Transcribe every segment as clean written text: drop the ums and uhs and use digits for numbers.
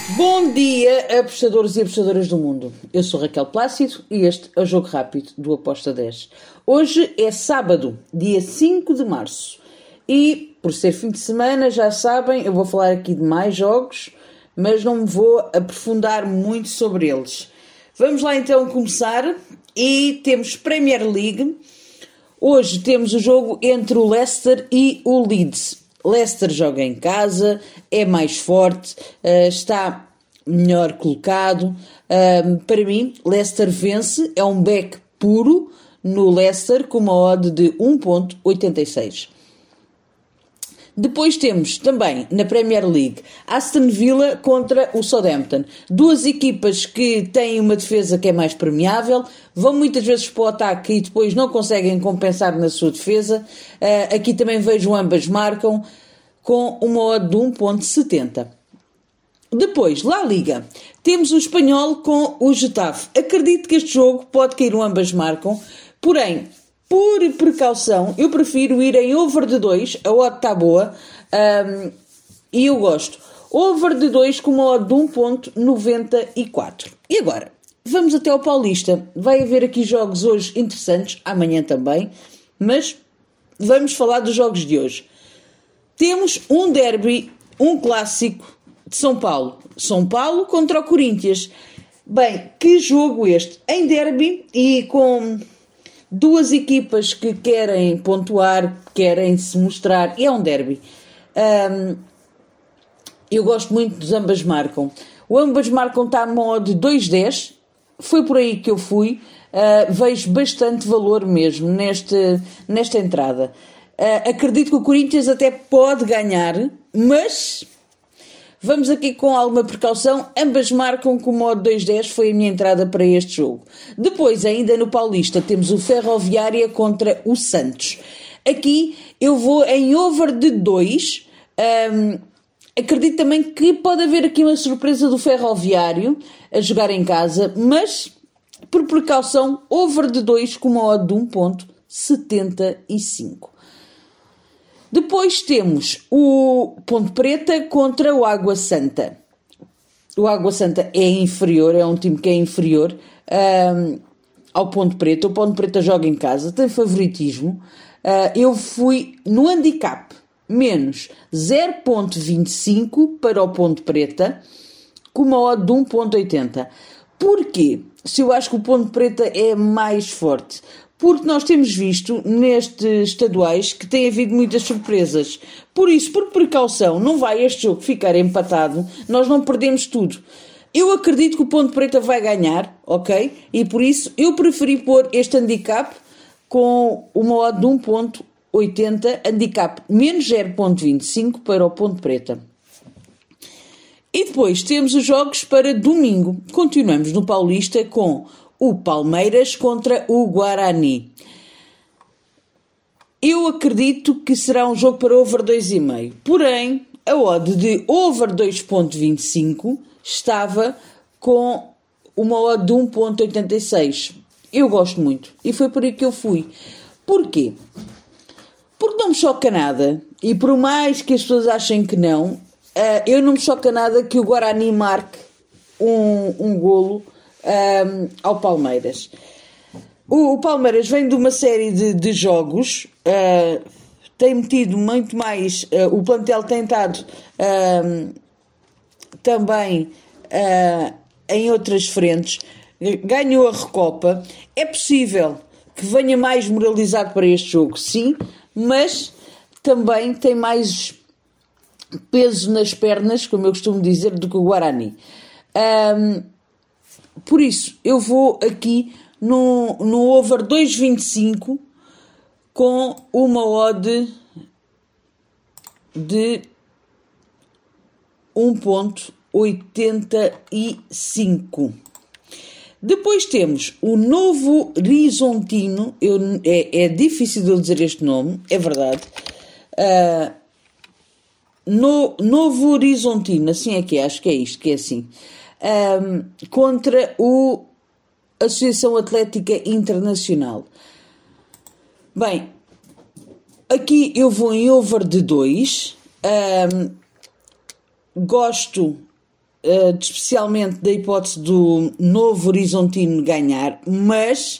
Bom dia, apostadores e apostadoras do mundo. Eu sou Raquel Plácido e este é o Jogo Rápido do Aposta 10. Hoje é sábado, dia 5 de março. E, por ser fim de semana, já sabem, eu vou falar aqui de mais jogos, mas não me vou aprofundar muito sobre eles. Vamos lá então começar e temos Premier League. Hoje temos o jogo entre o Leicester e o Leeds. Leicester joga em casa, é mais forte, está melhor colocado. Para mim, Leicester vence, é um back puro no Leicester com uma odd de 1.86. Depois temos também na Premier League Aston Villa contra o Southampton. Duas equipas que têm uma defesa que é mais permeável, vão muitas vezes para o ataque e depois não conseguem compensar na sua defesa. Aqui também vejo ambas marcam com uma odd de 1.70. Depois, La Liga. Temos o Espanhol com o Getafe. Acredito que este jogo pode cair ambas marcam, porém, por precaução, eu prefiro ir em over de 2, a odd está boa, e eu gosto. Over de 2 com uma odd de 1.94. E agora, vamos até ao Paulista. Vai haver aqui jogos hoje interessantes, amanhã também, mas vamos falar dos jogos de hoje. Temos um derby, um clássico de São Paulo. São Paulo contra o Corinthians. Bem, que jogo este? Em derby e com duas equipas que querem pontuar, querem se mostrar. É um derby. Eu gosto muito dos ambas marcam. O ambas marcam está a modo de 2.10. Foi por aí que eu fui. Vejo bastante valor mesmo nesta entrada. Acredito que o Corinthians até pode ganhar, mas vamos aqui com alguma precaução. Ambas marcam com o modo 2.10, foi a minha entrada para este jogo. Depois, ainda no Paulista, temos o Ferroviária contra o Santos. Aqui eu vou em over de 2. Acredito também que pode haver aqui uma surpresa do Ferroviário a jogar em casa, mas por precaução, over de 2 com uma odd de 1.75. Depois temos o Ponte Preta contra o Água Santa. O Água Santa é inferior, é um time que é inferior ao Ponte Preta. O Ponte Preta joga em casa, tem favoritismo. Eu fui no handicap, menos 0.25 para o Ponte Preta, com uma odd de 1.80. Porquê? Se eu acho que o Ponte Preta é mais forte. Porque nós temos visto nestes estaduais que tem havido muitas surpresas. Por isso, por precaução, não vai este jogo ficar empatado, nós não perdemos tudo. Eu acredito que o Ponte Preta vai ganhar, ok? E por isso eu preferi pôr este handicap com uma odd de 1.80, handicap menos 0.25 para o Ponte Preta. E depois temos os jogos para domingo. Continuamos no Paulista com o Palmeiras contra o Guarani. Eu acredito que será um jogo para over 2,5. Porém, a odd de over 2.25 estava com uma odd de 1.86. Eu gosto muito. E foi por aí que eu fui. Porquê? Porque não me choca nada. E por mais que as pessoas achem que não, eu não me choca nada que o Guarani marque um golo ao Palmeiras. O Palmeiras vem de uma série de jogos, tem metido muito mais, o plantel tem estado também em outras frentes, ganhou a Recopa. É possível que venha mais moralizado para este jogo, sim, mas também tem mais peso nas pernas, como eu costumo dizer, do que o Guarani. Por isso, eu vou aqui no over 2.25 com uma odd de 1.85. Depois temos o Novo Horizontino. É difícil de eu dizer este nome, é verdade. Novo Horizontino, assim é que é, acho que é isto, que é assim. Contra o Associação Atlética Internacional. Bem, aqui eu vou em over de 2. Gosto especialmente da hipótese do Novo Horizontino ganhar, mas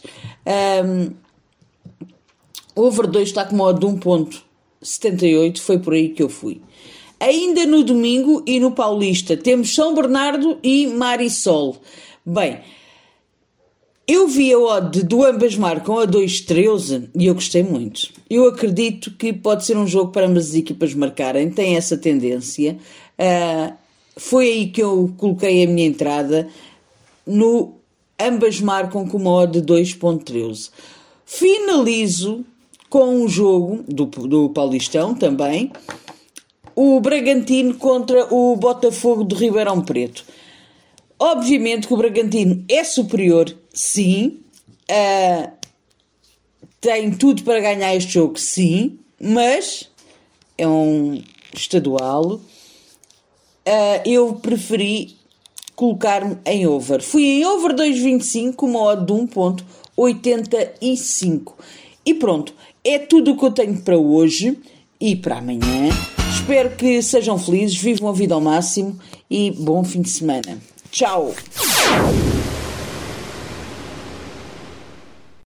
o over 2 está com uma odd de 1.78, foi por aí que eu fui. Ainda no domingo e no Paulista temos São Bernardo e Marisol. Bem, eu vi a odd do ambas marcam a 2.13 e eu gostei muito. Eu acredito que pode ser um jogo para ambas as equipas marcarem, tem essa tendência. Foi aí que eu coloquei a minha entrada no ambas marcam com uma odd de 2.13. Finalizo com um jogo do Paulistão também, o Bragantino contra o Botafogo de Ribeirão Preto. Obviamente que o Bragantino é superior, sim, tem tudo para ganhar este jogo, sim, mas é um estadual. Eu preferi colocar-me em over. Fui em over 2.25 com uma odd de 1.85. E pronto, é tudo o que eu tenho para hoje e para amanhã. Espero que sejam felizes, vivam a vida ao máximo e bom fim de semana. Tchau!